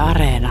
Areena.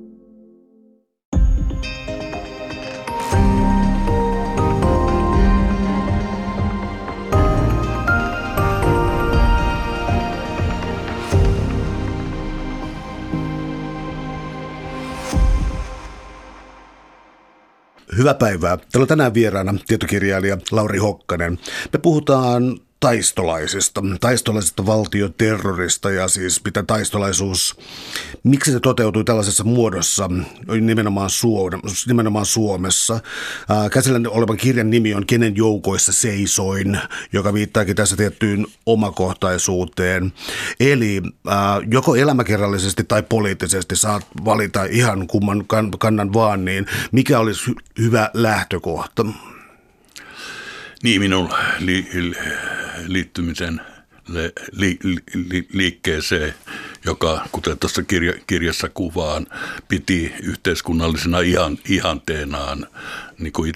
Hyvää päivää. Täällä on tänään vieraana tietokirjailija Lauri Hokkanen. Me puhutaan taistolaisesta valtioterrorista ja siis mitä taistolaisuus, miksi se toteutui tällaisessa muodossa nimenomaan Suomessa. Käsillä olevan kirjan nimi on Kenen joukoissa seisoin, joka viittaakin tässä tiettyyn omakohtaisuuteen. Eli joko elämäkerrallisesti tai poliittisesti saat valita ihan kumman kannan vaan, niin mikä olisi hyvä lähtökohta? Niin, minun liittymisen liikkeeseen, joka, kuten tuossa kirjassa kuvaan, piti yhteiskunnallisena ihanteenaan niin kuin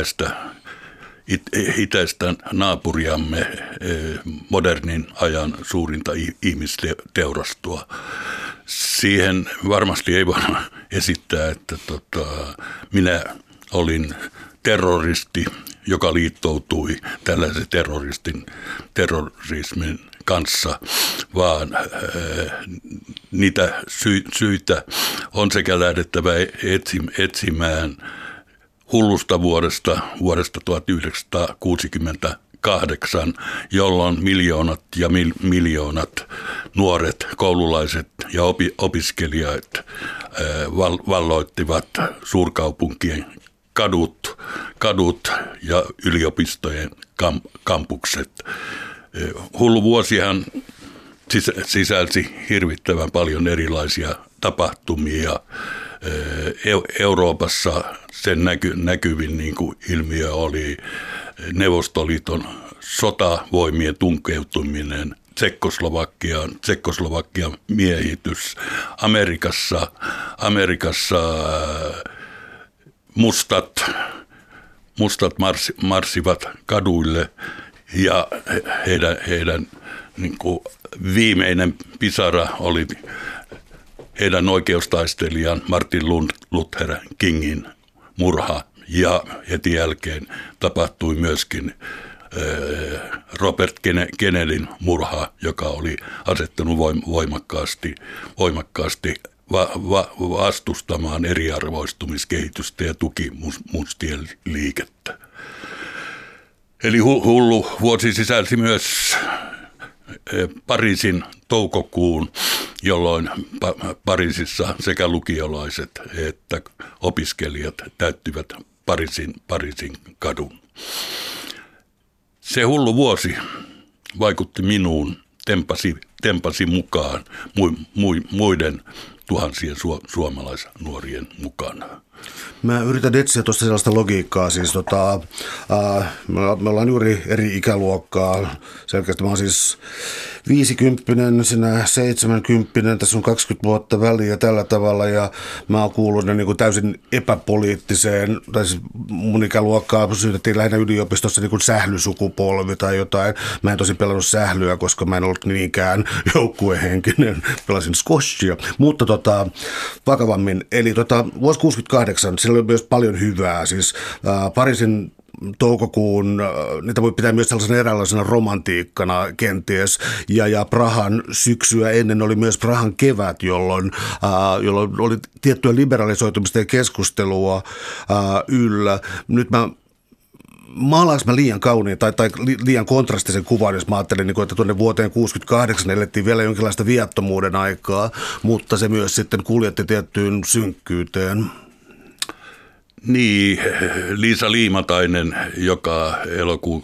itäistä naapuriamme modernin ajan suurinta ihmisteurastua. Siihen varmasti ei voida esittää, että minä olin terroristi, joka liittoutui tällaisen terrorismin kanssa, vaan niitä syitä on sekä lähdettävä etsimään hullusta vuodesta 1968, jolloin miljoonat ja miljoonat nuoret koululaiset ja opiskelijat valloittivat suurkaupunkien kadut ja yliopistojen kampukset. Hullu vuosihan sisälsi hirvittävän paljon erilaisia tapahtumia. Euroopassa sen näkyvin niin kuin ilmiö oli Neuvostoliiton sotavoimien tunkeutuminen, Tsekkoslovakian miehitys, Amerikassa mustat marssivat kaduille ja heidän niin kuin viimeinen pisara oli heidän oikeustaistelijan Martin Luther Kingin murha, ja heti jälkeen tapahtui myöskin Robert Kennedyn murha, joka oli asettanut voimakkaasti vastustamaan eriarvoistumiskehitystä ja tuki mustien liikettä. Eli hullu vuosi sisälsi myös Pariisin toukokuun, jolloin Pariisissa sekä lukiolaiset että opiskelijat täyttivät Pariisin kadun. Se hullu vuosi vaikutti minuun, tempasi mukaan muiden tuhansien suomalaisnuorien mukana. Mä yritän etsiä tuosta sellaista logiikkaa, siis me ollaan juuri eri ikäluokkaa, selkeästi mä oon siis 50, sinä 70, tässä on 20 vuotta väliä tällä tavalla, ja mä oon kuullut niin kuin täysin epäpoliittiseen, tai siis mun ikäluokkaa syytettiin lähinnä yliopistossa niin kuin sählysukupolvi tai jotain. Mä en tosin pelannut sählyä, koska mä en ollut niinkään joukkuehenkinen, pelasin squashia, mutta vakavammin, eli vuosi 68, sillä oli myös paljon hyvää, siis Pariisin toukokuun, niitä voi pitää myös sellaisena eräänlaisena romantiikkana kenties, ja Prahan syksyä ennen oli myös Prahan kevät, jolloin oli tiettyä liberalisoitumista ja keskustelua yllä. Nyt maalaanko mä liian kauniin tai liian kontrastisen kuvan, jos mä ajattelin, että tuonne vuoteen 68 elettiin vielä jonkinlaista viattomuuden aikaa, mutta se myös sitten kuljetti tiettyyn synkkyyteen. Niin, Liisa Liimatainen, joka elokuun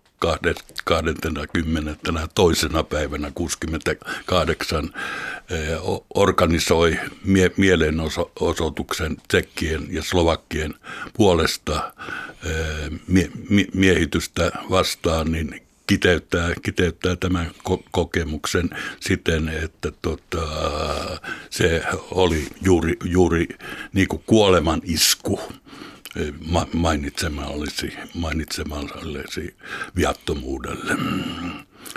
20. toisena päivänä 68 organisoi mielenosoituksen tsekkien ja slovakkien puolesta miehitystä vastaan, niin kiteyttää tämän kokemuksen siten, että se oli juuri niin kuin kuoleman isku mainitsemallesi viattomuudelle.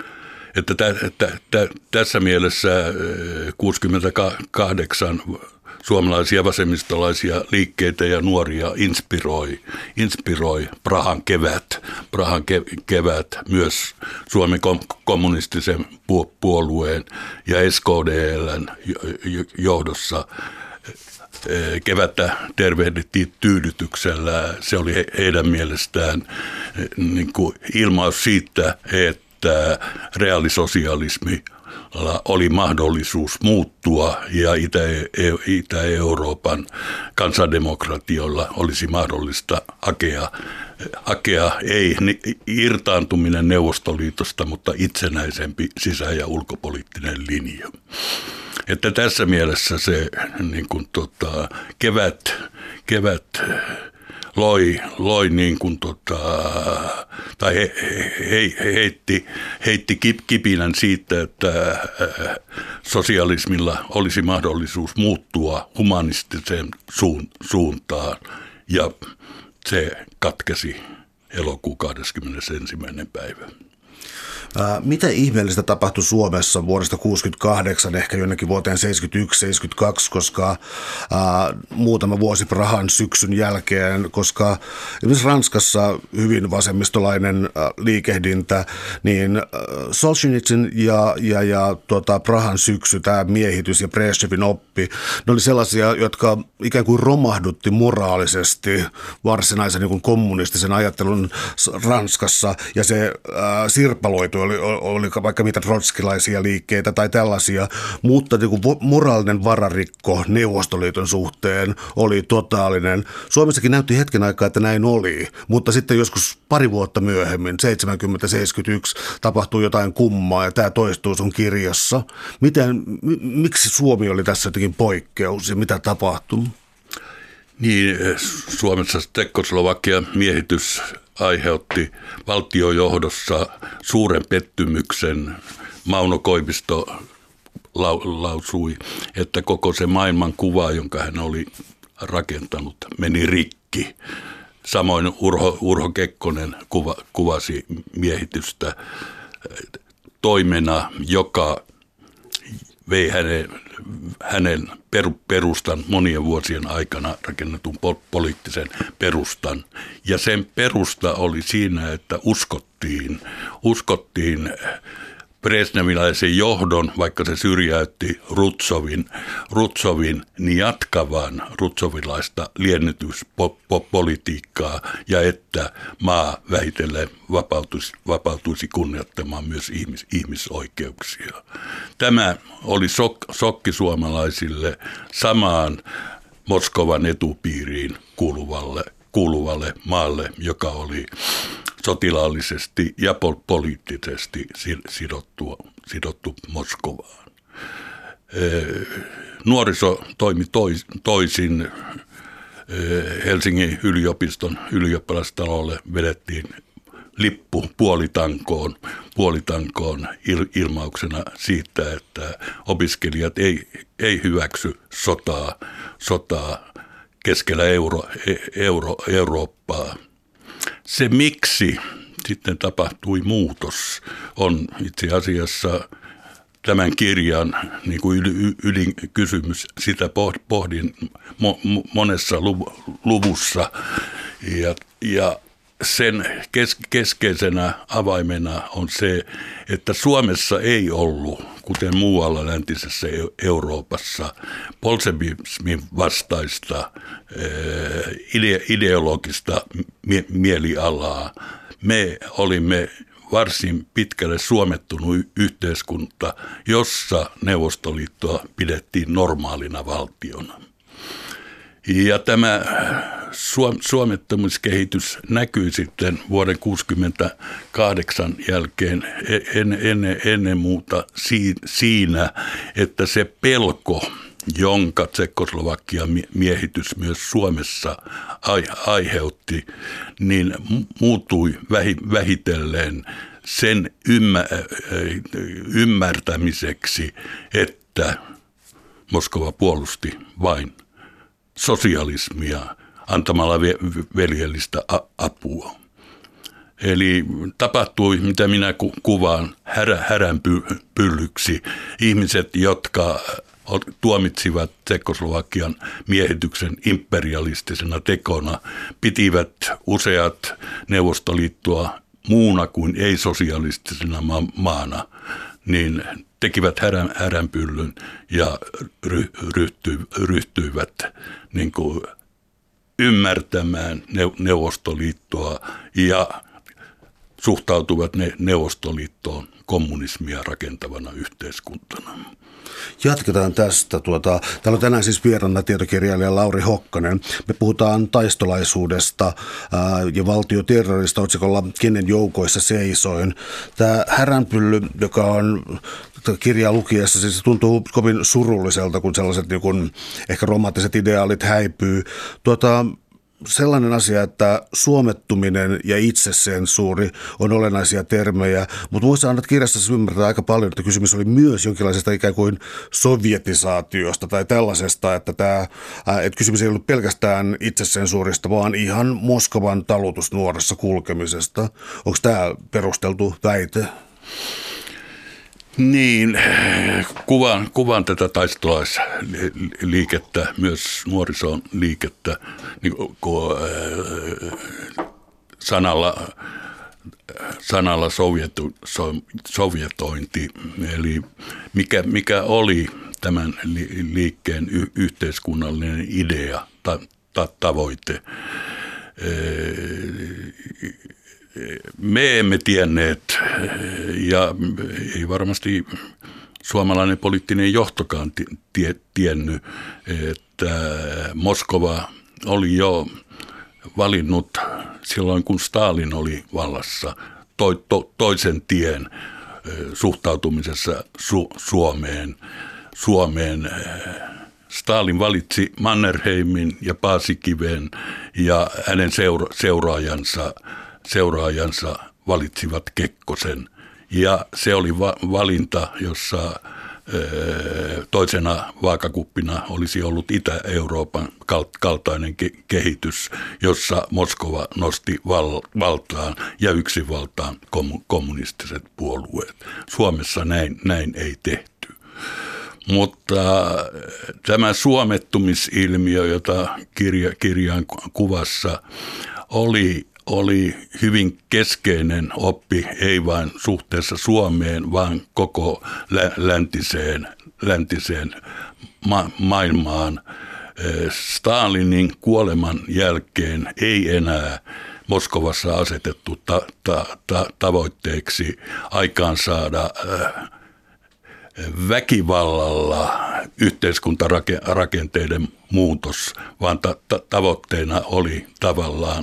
Että tässä mielessä 68 suomalaisia vasemmistolaisia liikkeitä ja nuoria inspiroi Prahan kevät myös Suomen kommunistisen puolueen ja SKDL:n johdossa. Kevättä tervehdittiin tyydytyksellä. Se oli heidän mielestään niin kuin ilmaus siitä, että reaalisosialismi oli mahdollisuus muuttua ja Itä-Euroopan kansandemokratioilla olisi mahdollista hakea ei irtaantuminen Neuvostoliitosta, mutta itsenäisempi sisä- ja ulkopoliittinen linja. Että tässä mielessä se niin kuin, kevät loi niin kuin, tai heitti kipinän siitä, että sosialismilla olisi mahdollisuus muuttua humanistiseen suuntaan, ja se katkesi elokuun 21. päivä. Mitä ihmeellistä tapahtui Suomessa vuodesta 1968 ehkä jonnekin vuoteen 1971-1972, koska muutama vuosi Prahan syksyn jälkeen, koska esimerkiksi Ranskassa hyvin vasemmistolainen liikehdintä, niin Solzhenitsyn ja Prahan syksy, tämä miehitys ja Brežnevin oppi, ne oli sellaisia, jotka ikään kuin romahdutti moraalisesti varsinaisen niin kuin kommunistisen ajattelun Ranskassa, ja se sirpaloitui. Oli vaikka mitä trotskilaisia liikkeitä tai tällaisia, mutta moraalinen vararikko Neuvostoliiton suhteen oli totaalinen. Suomessakin näytti hetken aikaa, että näin oli, mutta sitten joskus pari vuotta myöhemmin, 70-71, tapahtui jotain kummaa ja tämä toistuu sun kirjassa. Miksi Suomi oli tässä jotenkin poikkeus ja mitä tapahtui? Niin, Suomessa Tsekkoslovakian miehitys aiheutti valtiojohdossa suuren pettymyksen. Mauno Koivisto lausui, että koko se maailmankuva, jonka hän oli rakentanut, meni rikki. Samoin Urho Kekkonen kuvasi miehitystä toimena, joka vei hänen perustan monien vuosien aikana rakennetun poliittisen perustan. Ja sen perusta oli siinä, että uskottiin brežneviläisen johdon, vaikka se syrjäytti Rutsovin, niin jatkavan rutsovilaista liennytyspolitiikkaa ja että maa vähitellen vapautuisi kunnioittamaan myös ihmisoikeuksia. Tämä oli sokki suomalaisille samaan Moskovan etupiiriin kuuluvalle maalle, joka oli sotilaallisesti ja poliittisesti sidottu Moskovaan. Nuoriso toimi toisin. Helsingin yliopiston ylioppilastalolle vedettiin lippu puolitankoon ilmauksena siitä, että opiskelijat ei hyväksy sotaa keskellä Eurooppaa. Se, miksi sitten tapahtui muutos, on itse asiassa tämän kirjan niin kuin ydinkysymys. Sitä pohdin monessa luvussa ja sen keskeisenä avaimena on se, että Suomessa ei ollut, kuten muualla läntisessä Euroopassa, bolševismin vastaista ideologista mielialaa. Me olimme varsin pitkälle suomettunut yhteiskunta, jossa Neuvostoliittoa pidettiin normaalina valtiona. Ja tämä suomettomuuskehitys näkyy sitten vuoden 1968 jälkeen ennen muuta siinä, että se pelko, jonka Tsekkoslovakian miehitys myös Suomessa aiheutti, niin muuttui vähitellen sen ymmärtämiseksi, että Moskova puolusti vain sosialismia antamalla veljellistä apua. Eli tapahtui, mitä minä kuvaan, häränpyllyksi. Ihmiset, jotka tuomitsivat Tšekkoslovakian miehityksen imperialistisena tekona, pitivät useat Neuvostoliittoa muuna kuin ei-sosialistisena maana, niin tekivät häränpyllyn ja ryhtyivät niin kuin ymmärtämään Neuvostoliittoa ja suhtautuvat Neuvostoliittoon kommunismia rakentavana yhteiskuntana. Jatketaan tästä. Täällä on tänään siis vieraana tietokirjailija Lauri Hokkanen. Me puhutaan taistolaisuudesta ja valtioterrorista otsikolla Kenen joukoissa seisoin. Tämä häränpylly, joka on kirjaa lukiessa, siis se tuntuu kovin surulliselta, kun sellaiset niin kun ehkä romanttiset ideaalit häipyy. Sellainen asia, että suomettuminen ja itsesensuuri on olennaisia termejä, mutta muissa annat kirjassa ymmärtää aika paljon, että kysymys oli myös jonkinlaisesta ikään kuin sovjetisaatiosta tai tällaisesta, että kysymys ei ollut pelkästään itsesensuurista, vaan ihan Moskovan talutusnuorassa kulkemisesta. Onko tämä perusteltu väite? Niin, kuvaan tätä taistolaisliikettä, myös nuorison liikettä niin sanalla sovjetointi, eli mikä oli tämän liikkeen yhteiskunnallinen idea, tavoite. Me emme tienneet, ja ei varmasti suomalainen poliittinen johtokaan tiennyt, että Moskova oli jo valinnut silloin, kun Stalin oli vallassa, toisen tien suhtautumisessa Suomeen. Stalin valitsi Mannerheimin ja Paasikiven ja hänen seuraajansa valitsivat Kekkosen. Ja se oli valinta, jossa toisena vaakakuppina olisi ollut Itä-Euroopan kaltainen kehitys, jossa Moskova nosti valtaan ja yksinvaltaan kommunistiset puolueet. Suomessa näin ei tehty. Mutta tämä suomettumisilmiö, jota kirjan kuvassa oli hyvin keskeinen oppi, ei vain suhteessa Suomeen, vaan koko läntiseen maailmaan. Stalinin kuoleman jälkeen ei enää Moskovassa asetettu tavoitteeksi aikaansaada väkivallalla yhteiskuntarakenteiden muutos, vaan tavoitteena oli tavallaan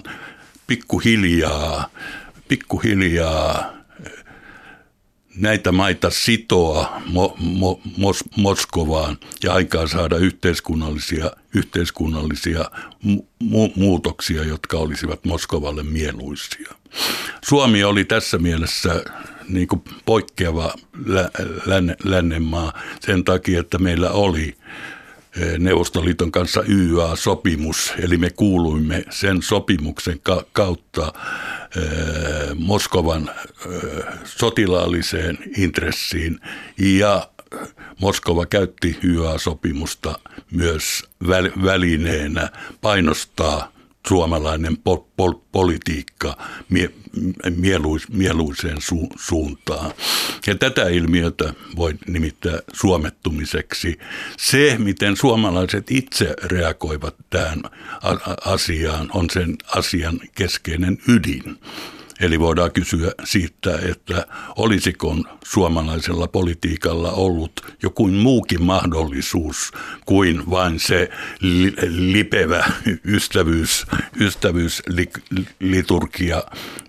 pikkuhiljaa näitä maita sitoa Moskovaan ja aikaan saada yhteiskunnallisia muutoksia, jotka olisivat Moskovalle mieluisia. Suomi oli tässä mielessä niin kuin poikkeava lännenmaa sen takia, että meillä oli Neuvostoliiton kanssa YYA-sopimus, eli me kuuluimme sen sopimuksen kautta Moskovan sotilaalliseen intressiin, ja Moskova käytti YYA-sopimusta myös välineenä painostaa suomalainen politiikka mieluiseen suuntaan. Ja tätä ilmiötä voi nimittää suomettumiseksi. Se, miten suomalaiset itse reagoivat tähän asiaan, on sen asian keskeinen ydin. Eli voidaan kysyä siitä, että olisiko suomalaisella politiikalla ollut joku muukin mahdollisuus kuin vain se lipevä ystävyysliturgia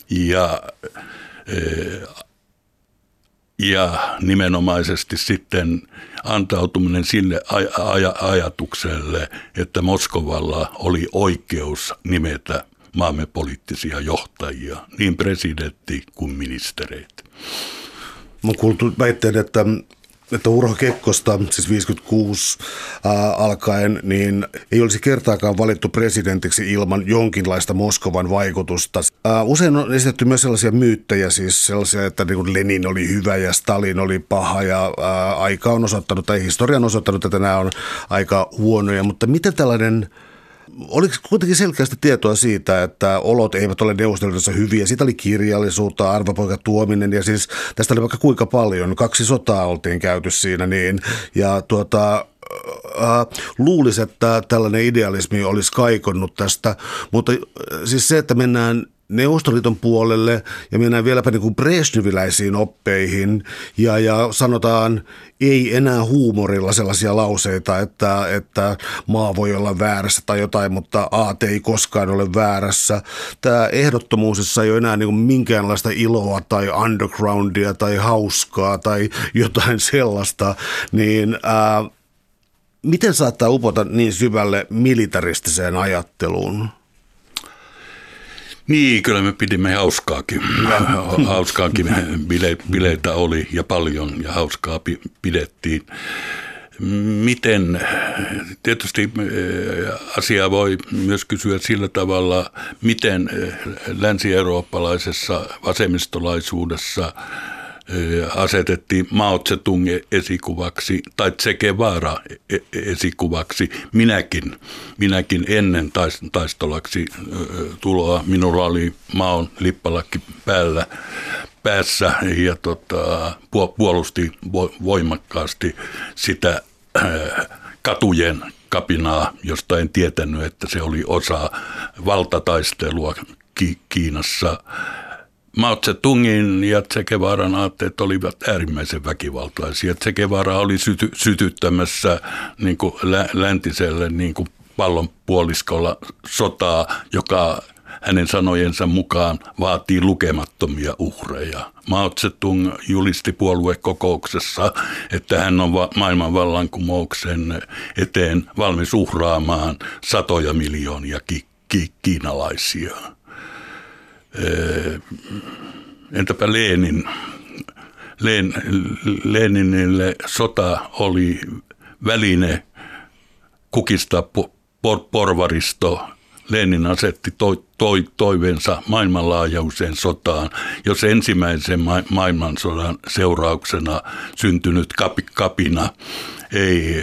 ja nimenomaisesti sitten antautuminen sille ajatukselle, että Moskovalla oli oikeus nimetä maamme poliittisia johtajia, niin presidentti kuin ministereitä. Mä oon kuultu väitteen, että että Urho Kekkosta, siis 56 alkaen, niin ei olisi kertaakaan valittu presidentiksi ilman jonkinlaista Moskovan vaikutusta. Usein on esitetty myös sellaisia myyttejä, siis sellaisia, että niin kuin Lenin oli hyvä ja Stalin oli paha ja aika on osoittanut, tai historia on osoittanut, että nämä on aika huonoja, mutta miten tällainen... Oliko kuitenkin selkeästi tietoa siitä, että olot eivät ole Neuvostoliitossa hyviä? Siitä oli kirjallisuutta, Arvapoika Tuominen ja siis tästä oli vaikka kuinka paljon. 2 sotaa oltiin käyty siinä niin. Ja luulisi, että tällainen idealismi olisi kaikonnut tästä, mutta siis se, että mennään Neuvostoliiton puolelle ja mennään vieläpä niin kuin Brezhneviläisiin oppeihin ja sanotaan ei enää huumorilla sellaisia lauseita, että maa voi olla väärässä tai jotain, mutta aate ei koskaan ole väärässä. Tämä ehdottomuus ei ole enää niin kuin minkäänlaista iloa tai undergroundia tai hauskaa tai jotain sellaista, niin miten saattaa upota niin syvälle militaristiseen ajatteluun? Niin, kyllä me pidimme hauskaakin. Hauskaakin bileitä oli ja paljon ja hauskaa pidettiin. Miten, tietysti asiaa voi myös kysyä sillä tavalla, miten länsi-eurooppalaisessa vasemmistolaisuudessa asetettiin Mao Zedong esikuvaksi tai Che Guevara esikuvaksi. Minäkin ennen taistolaksi tuloa minulla oli Maon lippalakki päässä ja puolusti voimakkaasti sitä katujen kapinaa, josta en tietänyt, että se oli osa valtataistelua Kiinassa. Mao Zedongin ja Che Guevaran aatteet olivat äärimmäisen väkivaltaisia. Che Guevara oli sytyttämässä niin kuin läntiselle niin kuin pallonpuoliskolla sotaa, joka hänen sanojensa mukaan vaatii lukemattomia uhreja. Mao Zedong julisti puoluekokouksessa, että hän on maailman vallankumouksen eteen valmis uhraamaan 100 miljoonia kiinalaisia. Entäpä Lenin? Leninille sota oli väline kukistaa porvaristo. Lenin asetti toiveensa maailmanlaajuiseen sotaan, jos ensimmäisen maailmansodan seurauksena syntynyt kapina ei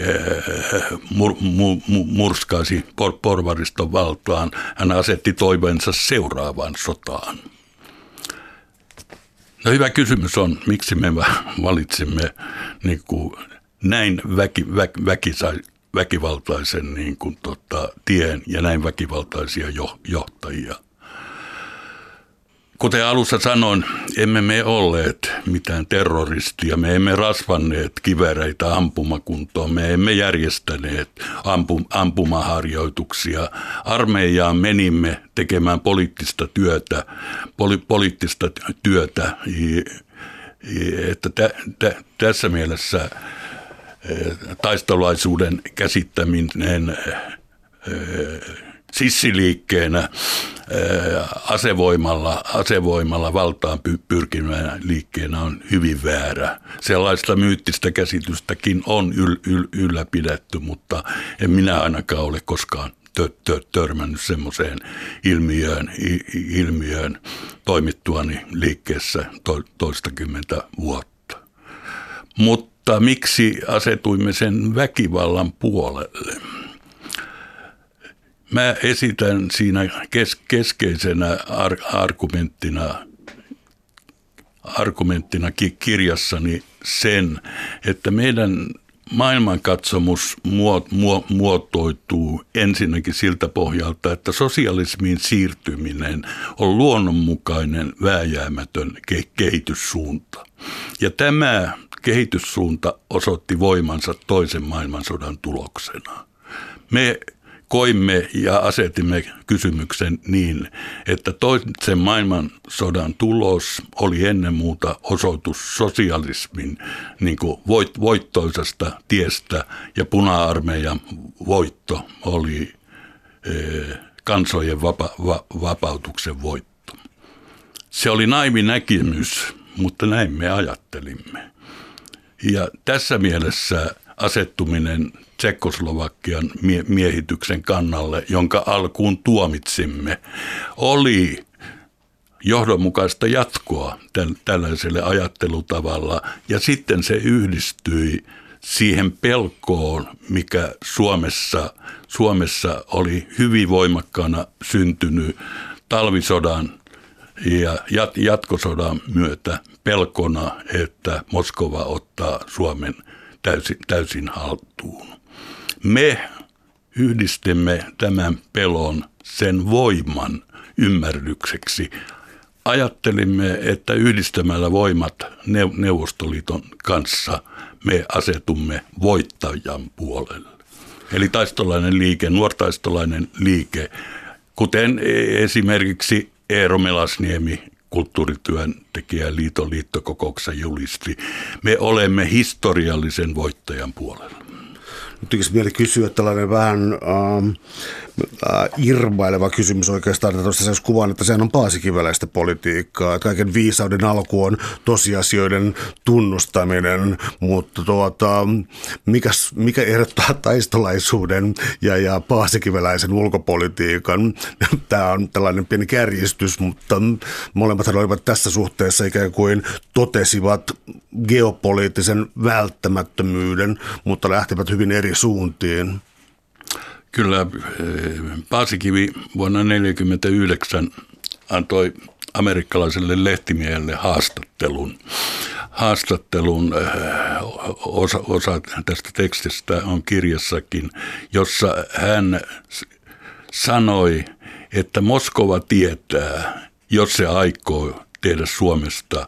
murskaisi porvariston valtaan. Hän asetti toiveensa seuraavaan sotaan. No hyvä kysymys on, miksi me valitsimme niin kuin näin väkivaltaisen niin kuin, tien ja näin väkivaltaisia johtajia. Kuten alussa sanoin, emme me olleet mitään terroristia, me emme rasvanneet kiväreitä ampumakuntoon, me emme järjestäneet ampumaharjoituksia. Armeijaan menimme tekemään poliittista työtä, että tässä mielessä taistolaisuuden käsittäminen sissiliikkeenä asevoimalla valtaan pyrkimään liikkeenä on hyvin väärä. Sellaista myyttistä käsitystäkin on ylläpidetty, mutta en minä ainakaan ole koskaan törmännyt semmoiseen ilmiöön toimittuani liikkeessä toistakymmentä vuotta. Mutta miksi asetuimme sen väkivallan puolelle? Mä esitän siinä keskeisenä argumenttina kirjassani sen, että meidän maailmankatsomus muotoituu ensinnäkin siltä pohjalta, että sosialismiin siirtyminen on luonnonmukainen vääjäämätön kehityssuunta. Ja tämä kehityssuunta osoitti voimansa toisen maailmansodan tuloksena. Me koimme ja asetimme kysymyksen niin, että toisen maailmansodan tulos oli ennen muuta osoitus sosialismin niin kuin voittoisesta tiestä ja puna-armeijan voitto oli kansojen vapautuksen voitto. Se oli naiivi näkemys, mutta näin me ajattelimme. Ja tässä mielessä asettuminen Tsekkoslovakian miehityksen kannalle, jonka alkuun tuomitsimme, oli johdonmukaista jatkoa tällaiselle ajattelutavalla, ja sitten se yhdistyi siihen pelkoon, mikä Suomessa oli hyvin voimakkaana syntynyt talvisodan ja jatkosodan myötä pelkona, että Moskova ottaa Suomen täysin haltuun. Me yhdistimme tämän pelon sen voiman ymmärrykseksi. Ajattelimme, että yhdistämällä voimat Neuvostoliiton kanssa me asetumme voittajan puolelle. Eli taistolainen liike, nuortaistolainen liike, kuten esimerkiksi Eero Melasniemi Kulttuurityöntekijäliiton liittokokouksessa julisti. Me olemme historiallisen voittajan puolella. Nyt tekisi mieli kysyä tällainen vähän irvaileva kysymys oikeastaan, että tuosta saisi kuvan, että sehän on paasikiveläistä politiikkaa, että kaiken viisauden alku on tosiasioiden tunnustaminen, mutta mikä erottaa taistolaisuuden ja paasikiveläisen ulkopolitiikan? Tämä on tällainen pieni kärjistys, mutta molemmat olivat tässä suhteessa ikään kuin totesivat geopoliittisen välttämättömyyden, mutta lähtevät hyvin eri suuntiin. Kyllä Paasikivi vuonna 1949 antoi amerikkalaiselle lehtimiehelle haastattelun osa tästä tekstistä on kirjassakin, jossa hän sanoi, että Moskova tietää, jos se aikoo tehdä Suomesta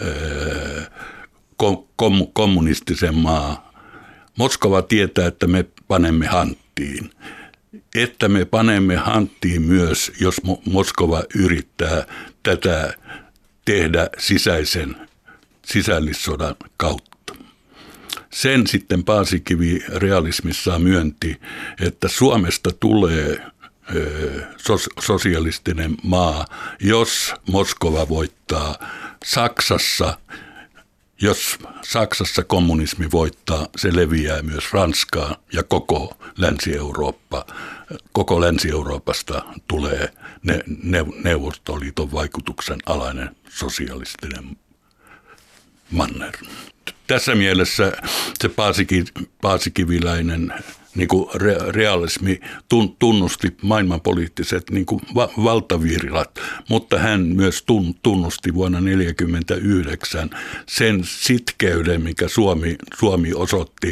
kommunistisen maa. Moskova tietää, että me panemme hanttiin. Että me panemme hanttiin myös, jos Moskova yrittää tätä tehdä sisällissodan kautta. Sen sitten Paasikivi realismissaan myönti, että Suomesta tulee sosialistinen maa, jos Moskova voittaa Saksassa. Jos Saksassa kommunismi voittaa, se leviää myös Ranskaan ja koko Länsi-Euroopasta tulee Neuvostoliiton vaikutuksen alainen sosialistinen manner. Tässä mielessä se paasikiviläinen niin kuin realismi tunnusti maailmanpoliittiset niin kuin valtavirrat, mutta hän myös tunnusti vuonna 1949 sen sitkeyden, mikä Suomi osoitti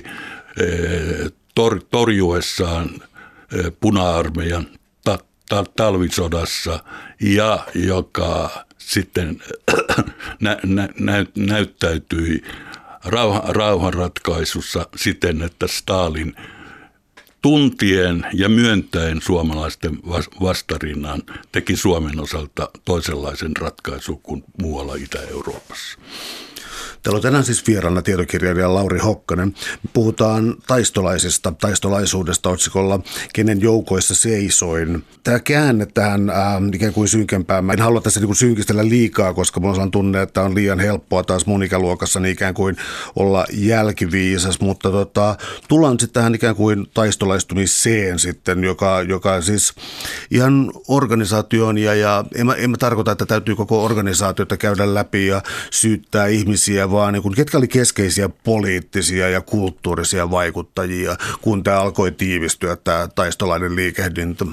torjuessaan puna-armeijan talvisodassa ja joka sitten näyttäytyi rauhanratkaisussa siten, että Stalin tuntien ja myöntäen suomalaisten vastarinnan teki Suomen osalta toisenlaisen ratkaisun kuin muualla Itä-Euroopassa. Täällä on tänään siis vieraana tietokirjailija Lauri Hokkanen. Me puhutaan taistolaisuudesta otsikolla Kenen joukoissa seisoin. Tämä käänne tähän ikään kuin synkempään. Mä en halua tässä niin synkistellä liikaa, koska mulla on tunne, että on liian helppoa taas mun ikäluokassa niin ikään kuin olla jälkiviisas. Mutta tullaan sitten tähän ikään kuin taistolaistumiseen sitten, joka siis ihan organisaation ja en mä tarkoita, että täytyy koko organisaatiota käydä läpi ja syyttää ihmisiä, vaan niin kuin, ketkä oli keskeisiä poliittisia ja kulttuurisia vaikuttajia, kun tämä alkoi tiivistyä, tämä taistolainen liikehdintä?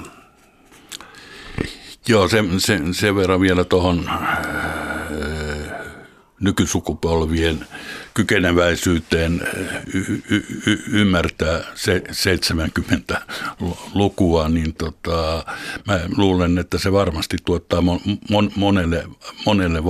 Joo, sen verran vielä tuohon nykysukupolvien kykeneväisyyteen ymmärtää 70-lukua, niin mä luulen, että se varmasti tuottaa monelle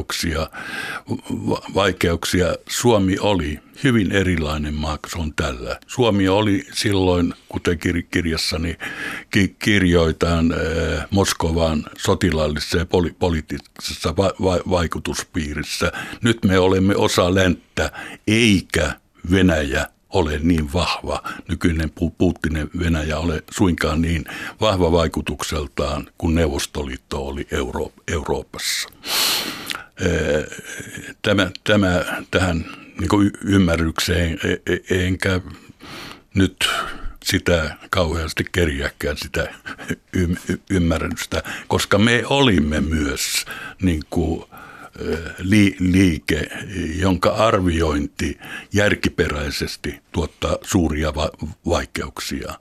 vaikeuksia. Suomi oli hyvin erilainen maa kuin se on tällä. Suomi oli silloin, kuten kirjassani kirjoitan, Moskovan sotilaallisessa ja poliittisessa vaikutuspiirissä. Nyt me olemme osa länttä, eikä Venäjä ole niin vahva, nykyinen Putinen Venäjä ole suinkaan niin vahva vaikutukseltaan kuin Neuvostoliitto oli Euroopassa. Tähän niin kuin ymmärrykseen, enkä nyt sitä kauheasti kerjääkään sitä ymmärrystä, koska me olimme myös niin kuin liike, jonka arviointi järkiperäisesti tuottaa suuria vaikeuksia.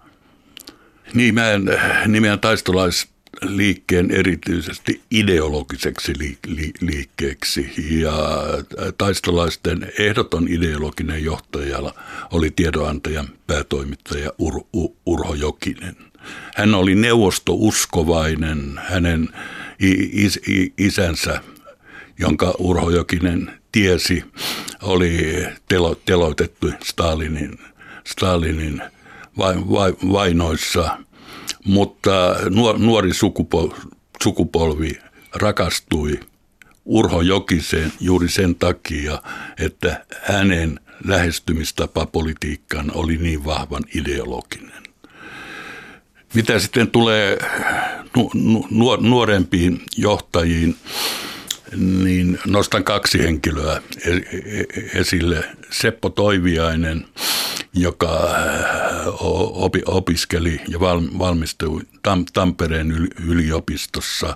Nimeän taistolaisliikkeen erityisesti ideologiseksi liikkeeksi, ja taistolaisten ehdoton ideologinen johtajalla oli tiedonantajan päätoimittaja Urho Jokinen. Hän oli neuvostouskovainen, hänen isänsä, jonka Urho Jokinen tiesi, oli teloitettu Stalinin vainoissa, mutta nuori sukupolvi rakastui Urho Jokiseen juuri sen takia, että hänen lähestymistapapolitiikkaan oli niin vahvan ideologinen. Mitä sitten tulee nuorempiin johtajiin, niin nostan 2 henkilöä esille. Seppo Toiviainen, joka opiskeli ja valmistui Tampereen yliopistossa,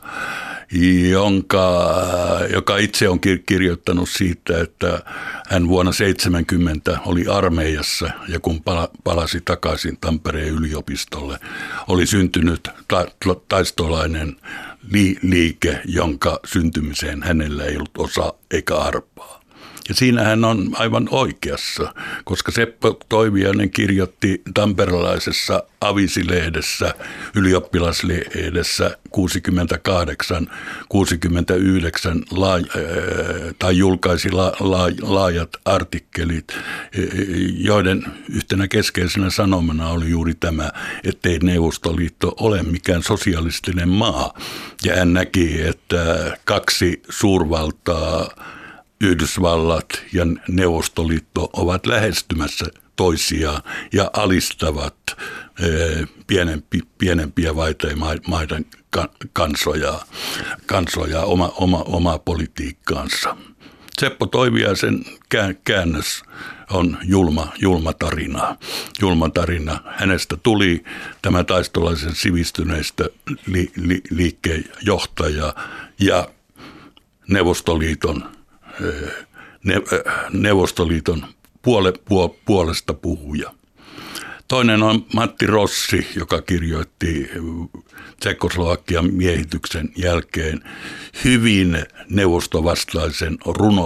joka itse on kirjoittanut siitä, että hän vuonna 1970 oli armeijassa ja kun palasi takaisin Tampereen yliopistolle, oli syntynyt taistolainen liike, jonka syntymiseen hänellä ei ollut osa eikä arpaa. Ja siinä hän on aivan oikeassa, koska Seppo Toiviainen kirjoitti tamperelaisessa Avisi-lehdessä, ylioppilaslehdessä 68-69 tai julkaisi laajat artikkelit, joiden yhtenä keskeisenä sanomana oli juuri tämä, ettei Neuvostoliitto ole mikään sosialistinen maa. Ja hän näki, että 2 suurvaltaa, Yhdysvallat ja Neuvostoliitto, ovat lähestymässä toisiaan ja alistavat pienempiä maiden kansoja omaa politiikkaansa. Seppo Toiviaisen käännös on julma tarina. Hänestä tuli tämä taistolaisen sivistyneistä liikkeen johtaja ja Neuvostoliiton puolesta puhuja. Toinen on Matti Rossi, joka kirjoitti Tsekkoslovakian miehityksen jälkeen hyvin neuvostovastaisen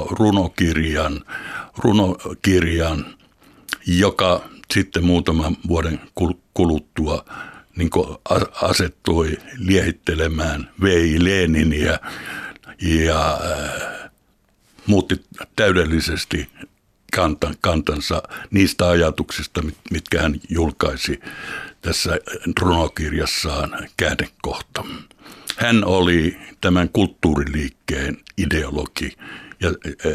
runokirjan, joka sitten muutaman vuoden kuluttua niin asettui liehittelemään V.I. Leniniä ja muutti täydellisesti kantansa niistä ajatuksista, mitkä hän julkaisi tässä runokirjassaan Käännekohta. Hän oli tämän kulttuuriliikkeen ideologi ja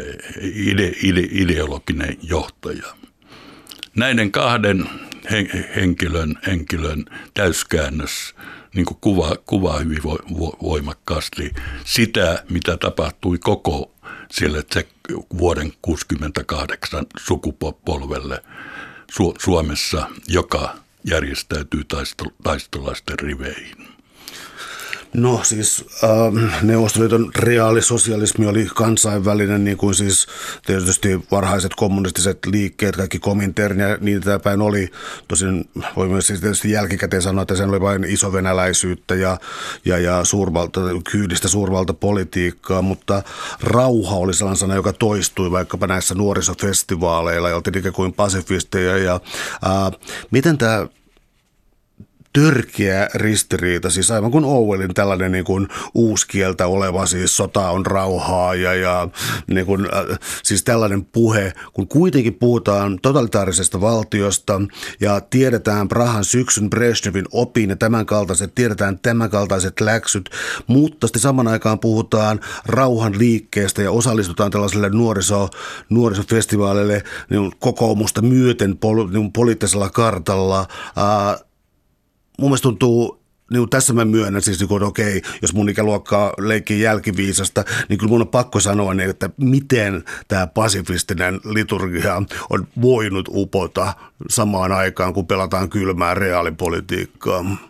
ideologinen johtaja. Näiden 2 henkilön täyskäännös niin kuvaa hyvin voimakkaasti sitä, mitä tapahtui koko siellä vuoden 1968 sukupolvelle Suomessa, joka järjestäytyy taistolaisten riveihin. No siis Neuvostoliiton reaalisosialismi oli kansainvälinen, niin kuin siis tietysti varhaiset kommunistiset liikkeet, kaikki Komintern ja niitä päin oli. Tosin voi myös siis tietysti jälkikäteen sanoa, että sen oli vain isovenäläisyyttä ja kyydistä suurvaltapolitiikkaa, mutta rauha oli sellainen sana, joka toistui vaikkapa näissä nuorisofestivaaleilla ja oltiin ikään kuin pasifisteja. Ja miten tämä törkeä ristiriita, siis aivan kuin Orwellin tällainen niin kuin uuskieltä oleva, siis sota on rauhaa ja niin kuin, siis tällainen puhe, kun kuitenkin puhutaan totalitaarisesta valtiosta ja tiedetään Prahan syksyn Brezhnevin opin ja tiedetään tämänkaltaiset läksyt, mutta sitten saman aikaan puhutaan rauhan liikkeestä ja osallistutaan tällaiselle nuorisofestivaaleille niin kokoomusta myöten niin poliittisella kartalla. Mun mielestä tuntuu niin tässä mä myönnän siis, että okei, jos mun ikäluokkaa leikkii jälkiviisasta, niin kyllä mun on pakko sanoa, niin, että miten tämä pasifistinen liturgia on voinut upota samaan aikaan, kun pelataan kylmää reaalipolitiikkaa.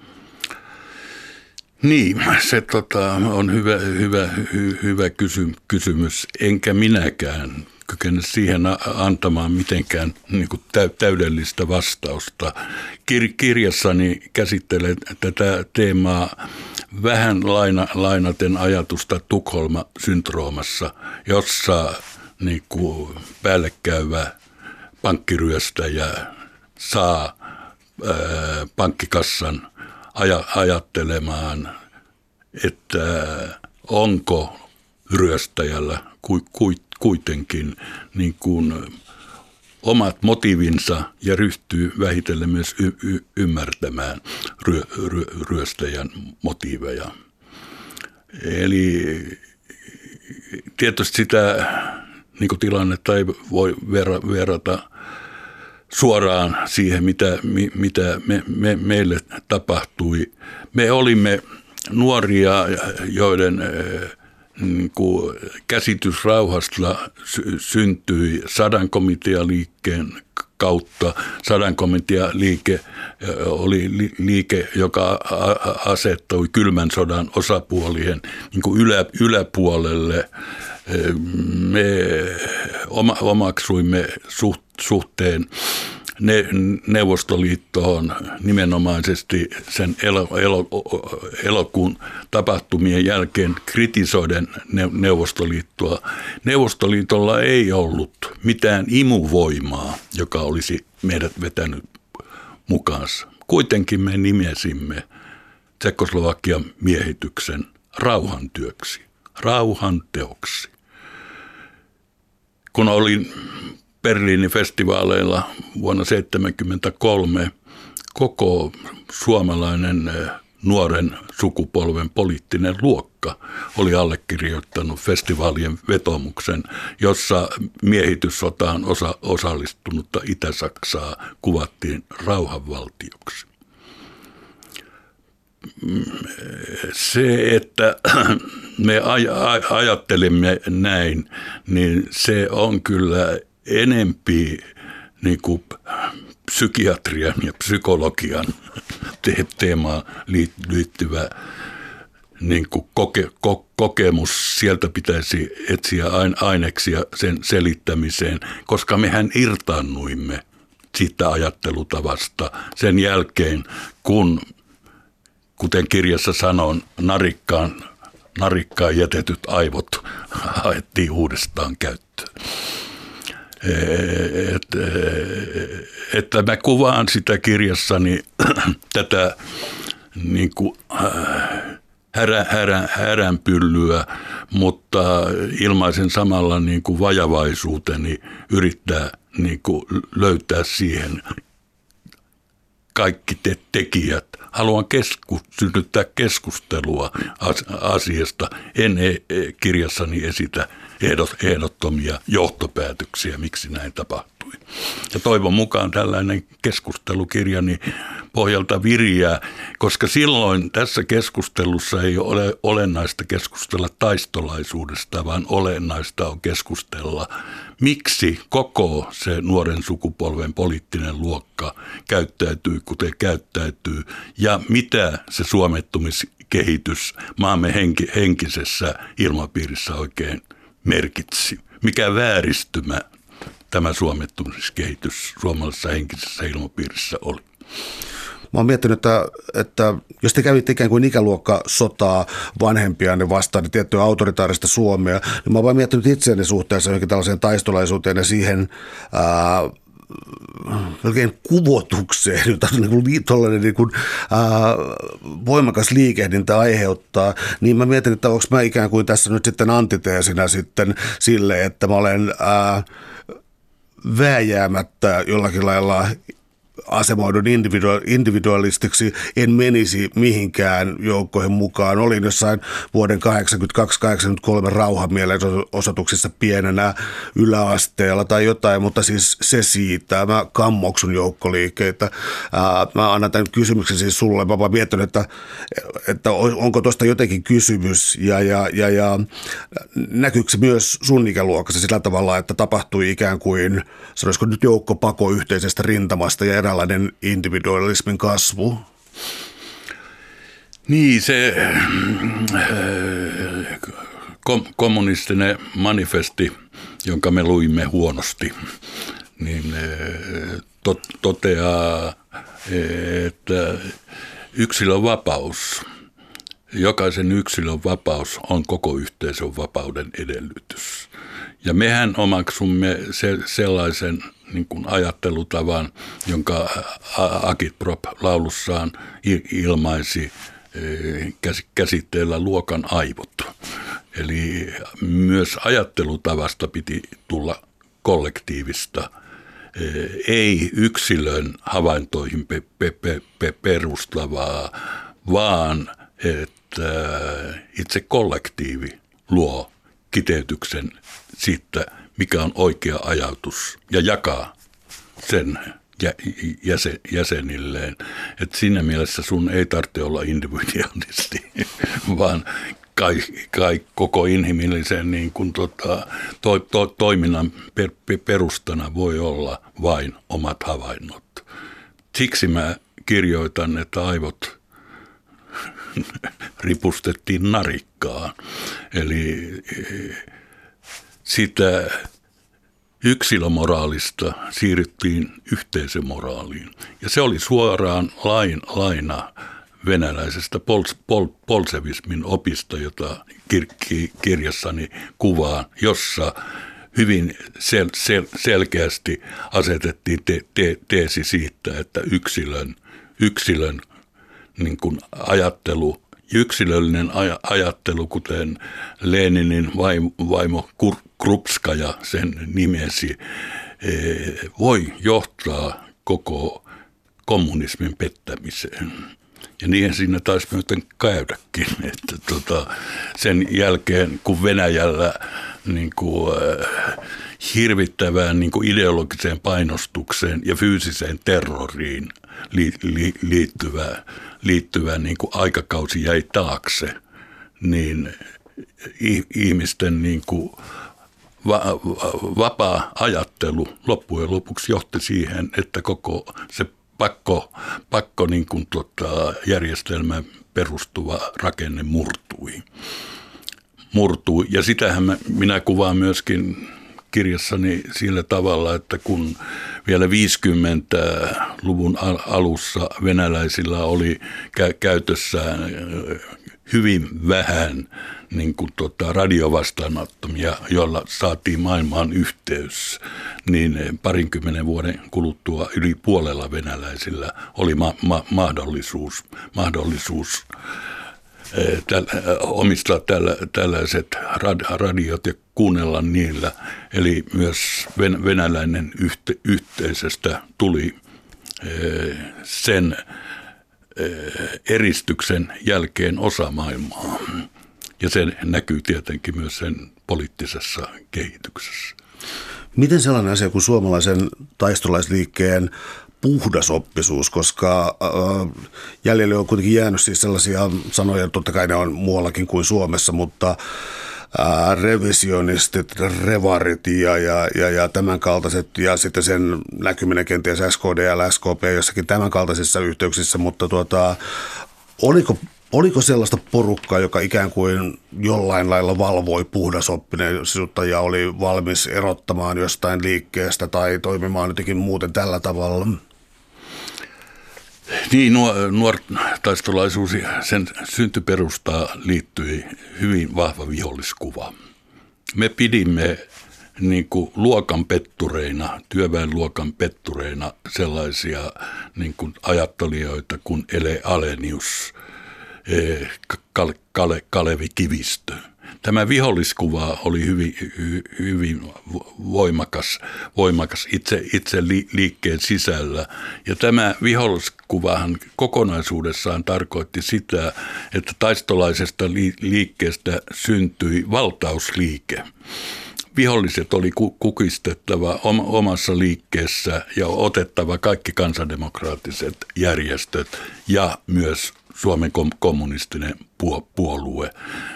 Niin, se on hyvä kysymys, enkä minäkään kykene siihen antamaan mitenkään niin kuin täydellistä vastausta. Kirjassani käsittelen tätä teemaa vähän lainaten ajatusta Tukholma-syndroomassa, jossa niin kuin päälle käyvä pankkiryöstäjä saa pankkikassan ajattelemaan, että onko ryöstäjällä kuitenkin niin kuin omat motiivinsa ja ryhtyy vähitellen myös ymmärtämään ryöstäjän motiiveja. Eli tietysti sitä niin kuin tilannetta ei voi verrata suoraan siihen, mitä meille tapahtui. Me olimme nuoria, joiden niin kuin käsitys rauhasta syntyi Sadan-komitealiikkeen kautta. Sadan-komitealiike oli liike, joka asettui kylmän sodan osapuolien niin kuin yläpuolelle. Me omaksuimme suhteen Neuvostoliittoon nimenomaisesti sen elokuun tapahtumien jälkeen kritisoiden Neuvostoliittoa. Neuvostoliitolla ei ollut mitään imuvoimaa, joka olisi meidät vetänyt mukaansa. Kuitenkin me nimesimme Tšekkoslovakian miehityksen rauhantyöksi, rauhanteoksi. Kun olin Berliinin festivaaleilla vuonna 1973, koko suomalainen nuoren sukupolven poliittinen luokka oli allekirjoittanut festivaalien vetomuksen, jossa miehityssotaan osallistunutta Itä-Saksaa kuvattiin rauhanvaltioksi. Se, että me ajattelimme näin, niin se on kyllä enempi niin kuin psykiatrian ja psykologian teemaan liittyvä niin kuin kokemus. Sieltä pitäisi etsiä aineksia sen selittämiseen, koska mehän irtaannuimme siitä ajattelutavasta sen jälkeen, kun, kuten kirjassa sanon, narikkaan jätetyt aivot haettiin uudestaan käyttöön. Että mä kuvaan sitä kirjassani tätä niin kuin häränpyllyä, mutta ilmaisen samalla niin kuin vajavaisuuteni yrittää niin kuin löytää siihen kaikki tekijät. Haluan synnyttää keskustelua asiasta. En kirjassani esitä ehdottomia johtopäätöksiä, miksi näin tapahtui. Ja toivon mukaan tällainen keskustelukirjani pohjalta viriää, koska silloin tässä keskustelussa ei ole olennaista keskustella taistolaisuudesta, vaan olennaista on keskustella, miksi koko se nuoren sukupolven poliittinen luokka käyttäytyy, kuten käyttäytyy, ja mitä se suomettumiskehitys maamme henkisessä ilmapiirissä oikein merkitsi. Mikä vääristymä tämä suomettumiskehitys suomalaisessa henkisessä ilmapiirissä oli? Mä oon miettinyt, että jos te kävitte ikään kuin ikäluokkasotaa vanhempianne vastaan, niin tiettyä autoritaarista Suomea, niin mä oon vaan miettinyt itseäni suhteessa johonkin tällaiseen taistolaisuuteen ja siihen melkein kuvotukseen, jota tuollainen voimakas liikehdintä aiheuttaa, niin mä mietin, että onko mä ikään kuin tässä nyt sitten antiteesinä sitten sille, että mä olen vääjäämättä jollakin lailla asemoidun individualistiksi, en menisi mihinkään joukkoihin mukaan. Olin jossain vuoden 82-83 rauhanmielenosoituksissa pienenä yläasteella tai jotain, mutta siis se siitä. Mä kammoksun joukkoliikkeitä. Mä annan tämän kysymyksen siis sulle. Mä vaan mietin, että onko tuosta jotenkin kysymys ja näkyykö se myös sun ikäluokassa sillä tavalla, että tapahtui ikään kuin, sanoisiko nyt joukkopako yhteisestä rintamasta ja eräänlainen individualismin kasvu? Niin, se kommunistinen manifesti, jonka me luimme huonosti, niin toteaa, että yksilön vapaus, jokaisen yksilön vapaus on koko yhteisön vapauden edellytys. Ja mehän omaksumme sellaisen niin kuin ajattelutavan, jonka Agitprop laulussaan ilmaisi käsitteellä luokan aivot. Eli myös ajattelutavasta piti tulla kollektiivista, ei yksilön havaintoihin perustavaa, vaan että itse kollektiivi luo kiteytyksen siitä, mikä on oikea ajatus, ja jakaa sen jäsenilleen. Että siinä mielessä sun ei tarvitse olla individualisti, vaan kai koko inhimillisen niin kuin toiminnan perustana voi olla vain omat havainnot. Siksi mä kirjoitan, että aivot ripustettiin narikkaan. Eli sitä yksilömoraalista siirryttiin yhteisömoraaliin. Ja se oli suoraan laina venäläisestä bolsevismin opista, jota kirjassani kuvaan, jossa hyvin selkeästi asetettiin teesi siitä, että yksilön niin kuin ajattelu, yksilöllinen ajattelu, kuten Leninin vaimo Krupskaja sen nimesi, voi johtaa koko kommunismin pettämiseen. Ja niinhän siinä taisi myöten käydäkin, että sen jälkeen kun Venäjällä niin kuin, hirvittävään niin kuin ideologiseen painostukseen ja fyysiseen terroriin liittyvä niin kuin aikakausi jäi taakse, niin ihmisten niin kuin vapaa ajattelu loppujen lopuksi johti siihen, että koko se pakko niin kuin järjestelmään perustuva rakenne murtui. Ja sitähän minä kuvaan myöskin kirjassani sillä tavalla, että kun vielä 50-luvun alussa venäläisillä oli käytössään hyvin vähän niin kuin radiovastaanottomia, joilla saatiin maailmaan yhteys, niin 20 vuoden kuluttua yli puolella venäläisillä oli mahdollisuus omistaa tällaiset radiot ja kuunnella niillä. Eli myös venäläinen yhteisöstä tuli sen eristyksen jälkeen osa maailmaa. Ja se näkyy tietenkin myös sen poliittisessa kehityksessä. Miten sellainen asia kuin suomalaisen taistolaisliikkeen puhdasoppisuus, koska jäljelle on kuitenkin jäänyt siis sellaisia sanoja, totta kai ne on muuallakin kuin Suomessa, mutta revisionistit, revarit ja tämän kaltaiset, ja sitten sen näkyminen kenties SKDL, SKP jossakin tämän kaltaisissa yhteyksissä, mutta oliko sellaista porukkaa, joka ikään kuin jollain lailla valvoi puhdasoppisuutta ja oli valmis erottamaan jostain liikkeestä tai toimimaan jotenkin muuten tällä tavalla? Niin, nuortaistolaisuus ja sen syntyperustaan liittyi hyvin vahva viholliskuva. Me pidimme niin kuin luokan pettureina, työväenluokan pettureina sellaisia niin kuin ajattelijoita kuin Ele Alenius, Kalevi Kivistö. tämä viholliskuva oli hyvin voimakas itse liikkeen sisällä. Ja tämä viholliskuvahan kokonaisuudessaan tarkoitti sitä, että taistolaisesta liikkeestä syntyi valtausliike. Viholliset oli kukistettava omassa liikkeessä ja otettava kaikki kansandemokraattiset järjestöt ja myös Suomen kommunistinen puolue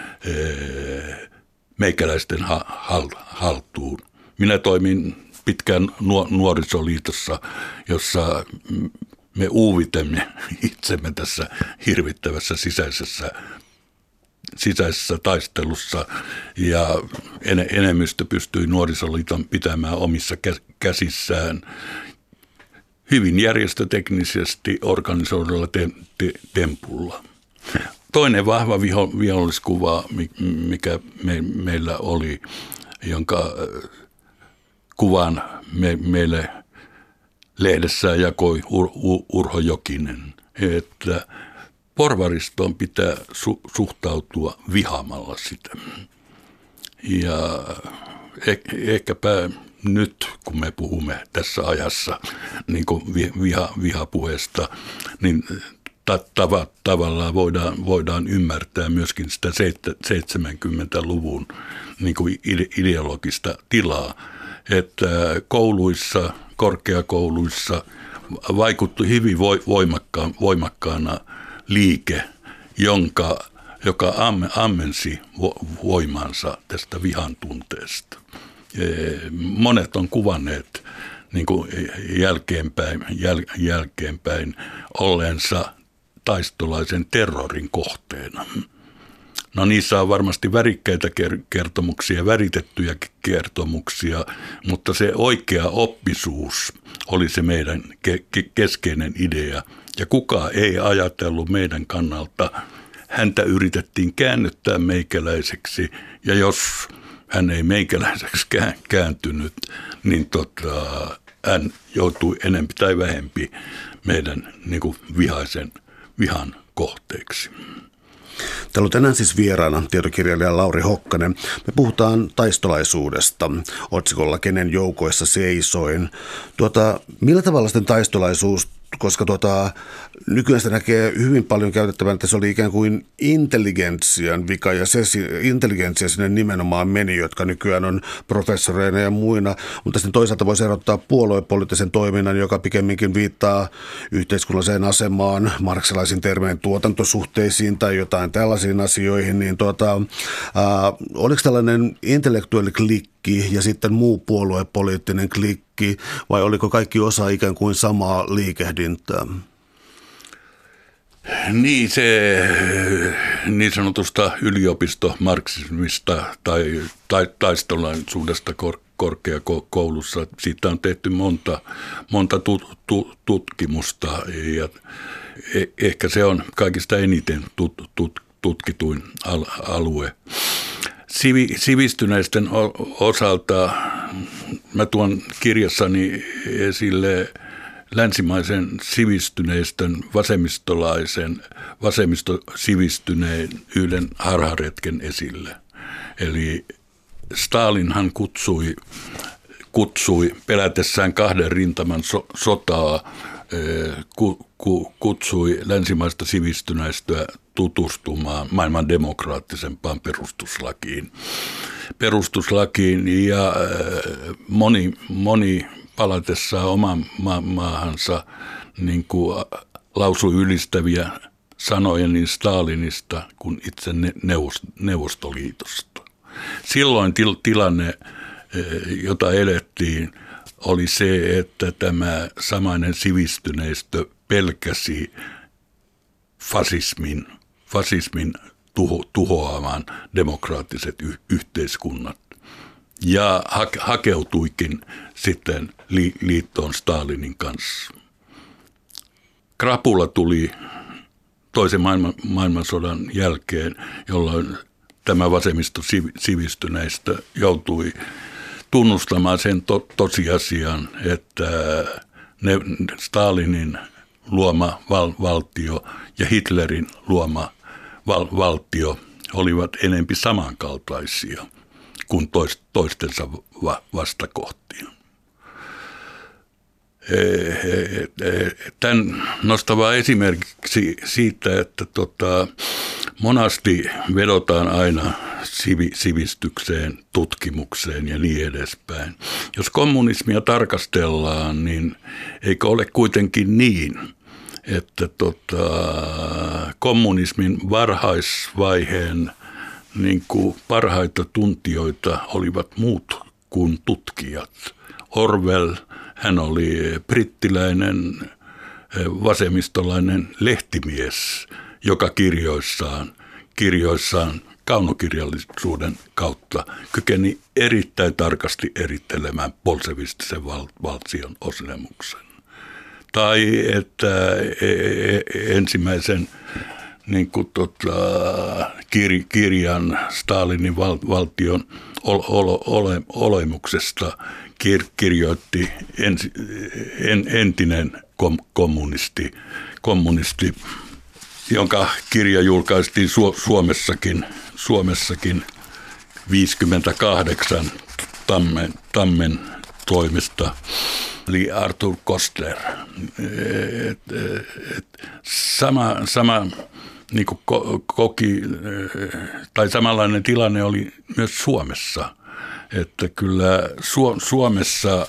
meikäläisten haltuun. Minä toimin pitkään nuorisoliitossa, jossa me uuvitemme itsemme tässä hirvittävässä sisäisessä taistelussa ja enemmistö pystyi nuorisoliiton pitämään omissa käsissään hyvin järjestöteknisesti organisoidulla tempulla. Toinen vahva viholliskuva, mikä meillä oli, jonka kuvan meille lehdessään jakoi Urho Jokinen, että porvaristoon pitää suhtautua vihaamalla sitä. Ja ehkäpä nyt, kun me puhumme tässä ajassa niin kuin vihapuheesta, niin tavallaan voidaan ymmärtää myöskin sitä 70-luvun niin kuin ideologista tilaa, että kouluissa, korkeakouluissa vaikutti hyvin voimakkaana liike, joka ammensi voimansa tästä vihan tunteesta. Monet on kuvanneet niin kuin jälkeenpäin olleensa taistolaisen terrorin kohteena. No niissä on varmasti värikkäitä kertomuksia, väritettyjä kertomuksia, mutta se oikea oppisuus oli se meidän keskeinen idea. Ja kukaan ei ajatellut meidän kannalta. Häntä yritettiin käännyttää meikäläiseksi, ja jos hän ei meikäläiseksi kääntynyt, niin hän joutui enempi tai vähempi meidän niin kuin vihan kohteeksi. Täällä on tänään siis vieraana tietokirjailija Lauri Hokkanen. Me puhutaan taistolaisuudesta otsikolla Kenen joukoissa seisoin. Millä tavalla sitten taistolaisuus, koska nykyään sitä näkee hyvin paljon käytettävän, että se oli ikään kuin intelligentsian vika, ja se intelligentsia sinne nimenomaan meni, jotka nykyään on professoreina ja muina, mutta sitten toisaalta voisi erottaa puoluepoliittisen toiminnan, joka pikemminkin viittaa yhteiskunnalliseen asemaan, marksilaisin termein tuotantosuhteisiin tai jotain tällaisiin asioihin, niin oliko tällainen intellektuelli klikki ja sitten muu puoluepoliittinen klikki, vai oliko kaikki osa ikään kuin samaa liikehdintää? Niin, se niin sanotusta yliopistomarksismista tai taistolaisuudesta korkeakoulussa, siitä on tehty monta tutkimusta, ja ehkä se on kaikista eniten tutkituin alue. Sivistyneisten osalta mä tuon kirjassani esille länsimaisen sivistyneistön vasemmistosivistyneen yhden harharetken esille. Eli Stalinhan kutsui pelätessään kahden rintaman sotaa, kutsui länsimaista sivistyneistöä tutustumaan maailman demokraattisempaan perustuslakiin, ja moni palatessaan oman maahansa niin kuin lausui ylistäviä sanoja niin Stalinista kuin itse Neuvostoliitosta. Silloin tilanne, jota elettiin, oli se, että tämä samainen sivistyneistö pelkäsi fasismin tuhoamaan demokraattiset yhteiskunnat ja hakeutuikin sitten liittoon Stalinin kanssa. Krapula tuli toisen maailmansodan jälkeen, jolloin tämä vasemmistosivistyneistö joutui tunnustamaan sen tosiasian, että Stalinin luoma valtio ja Hitlerin luoma valtio olivat enempi samankaltaisia kuin toistensa vastakohtia. Tämän nostava esimerkiksi siitä, että monasti vedotaan aina sivistykseen, tutkimukseen ja niin edespäin. Jos kommunismia tarkastellaan, niin eikö ole kuitenkin niin, että kommunismin varhaisvaiheen niin kuin parhaita tuntijoita olivat muut kuin tutkijat. Orwell, hän oli brittiläinen vasemmistolainen lehtimies, joka kirjoissaan kaunokirjallisuuden kautta kykeni erittäin tarkasti erittelemään bolsevistisen valtion olemuksen. Tai että ensimmäisen niin kuin kirjan Stalinin valtion olemuksesta kirjoitti entinen kommunisti, jonka kirja julkaistiin Suomessakin 58 Tammen toimesta, eli Arthur Koestler. Sama niin kuin koki, tai samanlainen tilanne oli myös Suomessa, että kyllä Suomessa,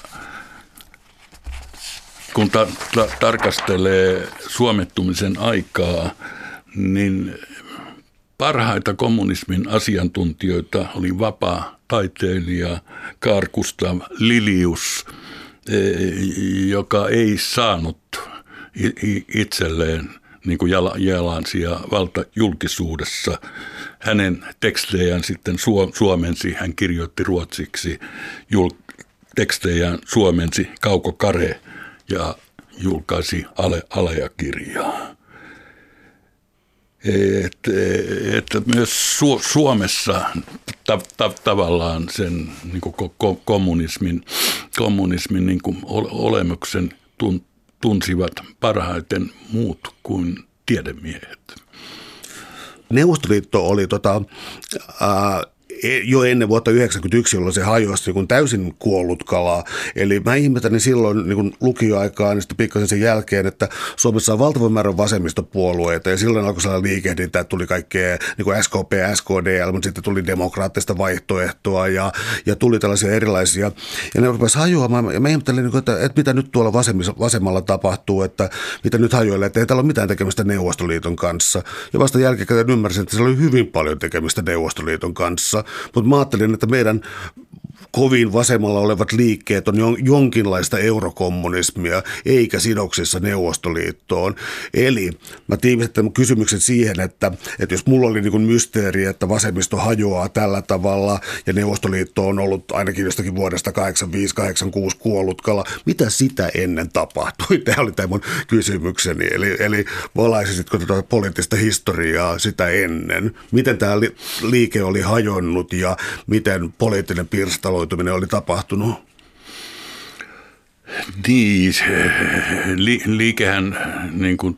kun tarkastelee suomettumisen aikaa, niin parhaita kommunismin asiantuntijoita oli vapaa taiteilija Carl Gustav Lilius, joka ei saanut itselleen niin kuin jalansia valtajulkisuudessa. Hänen tekstejään sitten suomensi, hän kirjoitti ruotsiksi, tekstejään suomensi Kauko Kare ja julkaisi Aleja-kirjaa. Että myös Suomessa tavallaan sen niin kuin kommunismin niin kuin olemuksen tunsivat parhaiten muut kuin tiedemiehet. Neuvostoliitto oli jo ennen vuotta 1991, jolloin se hajosi niin täysin kuollut kala. Eli mä ihmettelin silloin niin lukioaikaan ja sitten pikkasen sen jälkeen, että Suomessa on valtavan määrä vasemmistopuolueita ja silloin alkoi sellainen liikehdintä, että tuli kaikkea niin kuin SKP, SKDL, mutta sitten tuli demokraattista vaihtoehtoa ja tuli tällaisia erilaisia. Ja ne rupesi hajoamaan ja mä ihmettelin, että mitä nyt tuolla vasemmalla tapahtuu, että mitä nyt hajoilee, että ei täällä ole mitään tekemistä Neuvostoliiton kanssa. Ja vasta jälkikäteen ymmärsin, että siellä oli hyvin paljon tekemistä Neuvostoliiton kanssa. Mutta mä ajattelin, että meidän kovin vasemmalla olevat liikkeet on jonkinlaista eurokommunismia, eikä sidoksissa Neuvostoliittoon. Eli mä tiivistin kysymyksen siihen, että jos mulla oli niin kuin mysteeri, että vasemmisto hajoaa tällä tavalla ja Neuvostoliitto on ollut ainakin jostakin vuodesta 85-86 kuollut kala, mitä sitä ennen tapahtui? Tämä oli tämä mun kysymykseni. Eli valaisisitko tätä poliittista historiaa sitä ennen? Miten tämä liike oli hajonnut ja miten poliittinen pirstaloituminen oli tapahtunut? Niin, liikehän niin kuin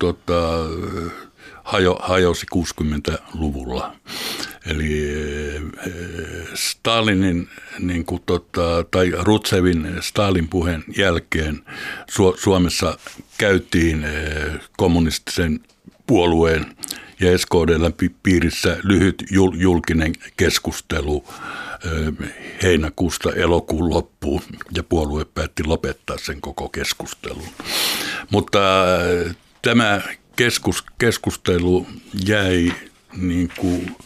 hajosi 60-luvulla. Eli Stalinin niin kuin tai Rutsevin Stalin puheen jälkeen Suomessa käytiin kommunistisen puolueen ja SKD:n piirissä lyhyt julkinen keskustelu heinäkuusta elokuun loppuun, ja puolue päätti lopettaa sen koko keskustelun. Mutta tämä keskustelu jäi niin kuin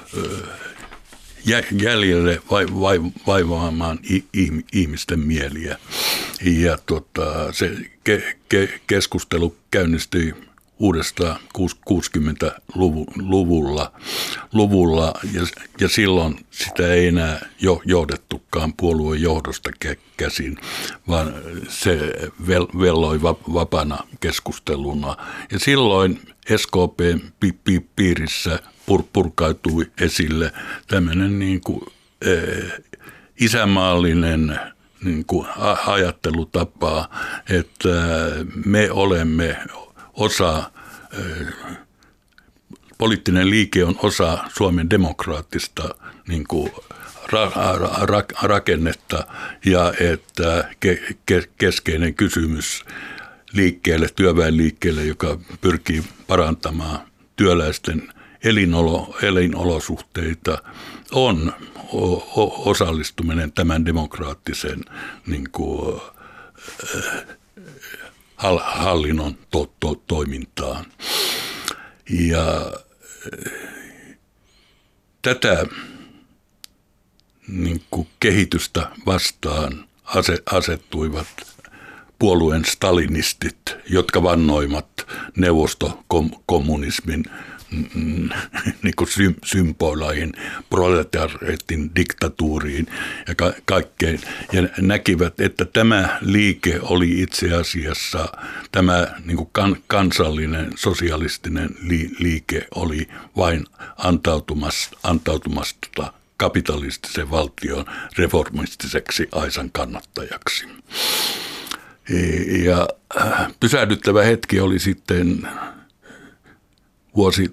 jäljelle vaivaamaan ihmisten mieliä. Ja se keskustelu käynnistyi uudestaan 60-luvulla ja silloin sitä ei enää johdettukaan puolueen johdosta käsin, vaan se velloi vapaana keskusteluna. Ja silloin SKP:n piirissä purkautui esille tämmöinen niin kuin isänmaallinen niin kuin ajattelutapa, että me olemme osa poliittinen liike on osa Suomen demokraattista niin kuin rakennetta ja että keskeinen kysymys liikkeelle, työväenliikkeelle, joka pyrkii parantamaan työläisten elinolosuhteita, on osallistuminen tämän demokraattisen niin kuin, hallinnon toimintaan. Ja tätä niin kuin kehitystä vastaan asettuivat puolueen stalinistit, jotka vannoivat neuvostokommunismin niin kuin symbolaihin, proletariatin diktatuuriin ja kaikkeen. Ja näkivät, että tämä liike oli itse asiassa, tämä niin kuin kansallinen sosialistinen liike oli vain antautumasta kapitalistisen valtion reformistiseksi aisan kannattajaksi. Ja pysähdyttävä hetki oli sitten vuosi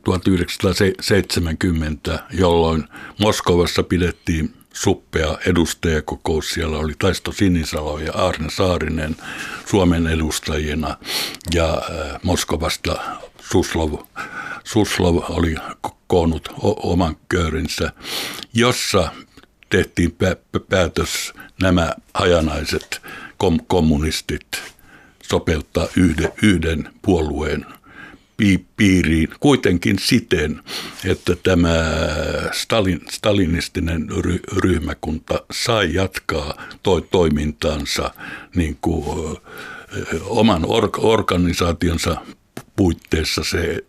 1970, jolloin Moskovassa pidettiin suppea edustajakokous. Siellä oli Taisto Sinisalo ja Aarne Saarinen Suomen edustajina ja Moskovasta Suslov oli koonnut oman köörinsä, jossa tehtiin päätös nämä hajanaiset kommunistit sopeuttaa yhden puolueen piiriin, kuitenkin siten, että tämä stalinistinen ryhmäkunta sai jatkaa toimintaansa niin kuin oman organisaationsa puitteissa. Se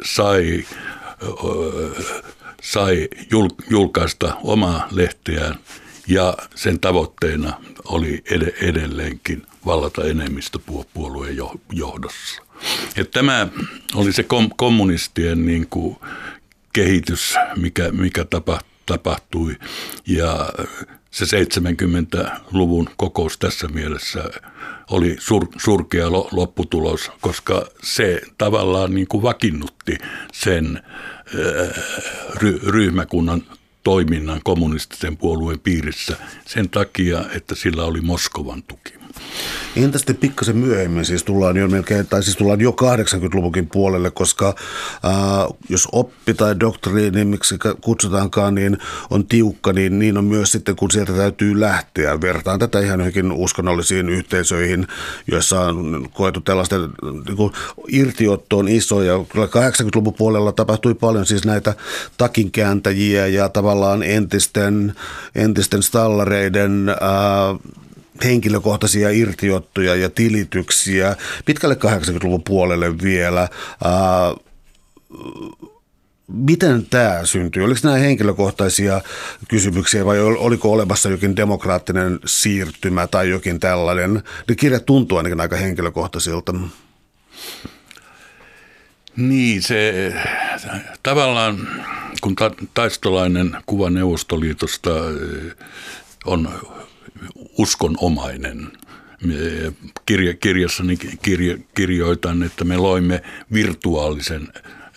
sai julkaista omaa lehteään ja sen tavoitteena oli edelleenkin vallata enemmistöpuolueen johdossa. Ja tämä oli se kommunistien niin kuin kehitys, mikä tapahtui, ja se 70-luvun kokous tässä mielessä oli surkea lopputulos, koska se tavallaan niin kuin vakiinnutti sen ryhmäkunnan toiminnan kommunistisen puolueen piirissä sen takia, että sillä oli Moskovan tuki. Entä sitten pikkasen myöhemmin, siis tullaan jo 80-luvunkin puolelle, koska jos oppi tai doktriini, miksi kutsutaankaan, niin on tiukka, niin on myös sitten, kun sieltä täytyy lähteä. Vertaan tätä ihan johonkin uskonnollisiin yhteisöihin, joissa on koettu tällaisten niin irtiottoon isoja. Kyllä 80-luvun puolella tapahtui paljon siis näitä takinkääntäjiä ja tavallaan entisten stallareiden henkilökohtaisia irtiottoja ja tilityksiä pitkälle 80-luvun puolelle vielä. Miten tämä syntyi? Oliko nämä henkilökohtaisia kysymyksiä vai oliko olemassa jokin demokraattinen siirtymä tai jokin tällainen? Ne kirjat tuntuu ainakin aika henkilökohtaisilta. Niin, se tavallaan, kun taistolainen kuva Neuvostoliitosta on uskonomainen. Kirjassani kirjoitan, että me loimme virtuaalisen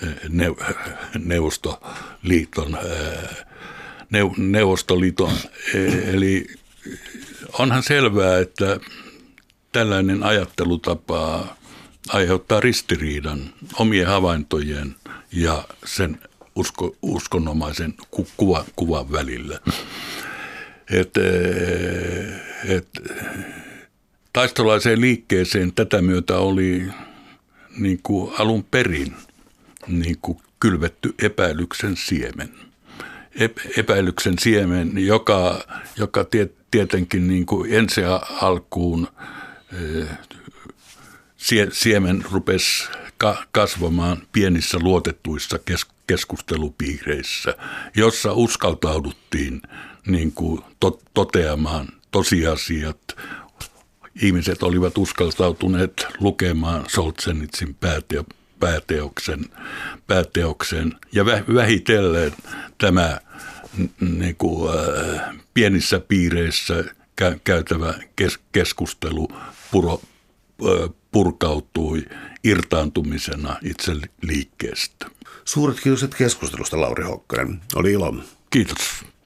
Neuvostoliiton. Eli onhan selvää, että tällainen ajattelutapa aiheuttaa ristiriidan omien havaintojen ja sen uskonomaisen kuvan välillä. Taistolaiseen liikkeeseen tätä myötä oli niin kuin alun perin niin kuin kylvetty epäilyksen siemen. Epäilyksen siemen, joka tietenkin niin kuin ensi alkuun siemen rupesi kasvamaan pienissä luotetuissa keskustelupiireissä, jossa uskaltauduttiin niin kuin toteamaan tosiasiat. Ihmiset olivat uskaltautuneet lukemaan Solzhenitsin pääteoksen ja vähitellen tämä niin kuin, pienissä piireissä käytävä keskustelu purkautui irtaantumisena itse liikkeestä. Suuret kiitokset keskustelusta, Lauri Hokkanen. Oli ilo. Kiitos.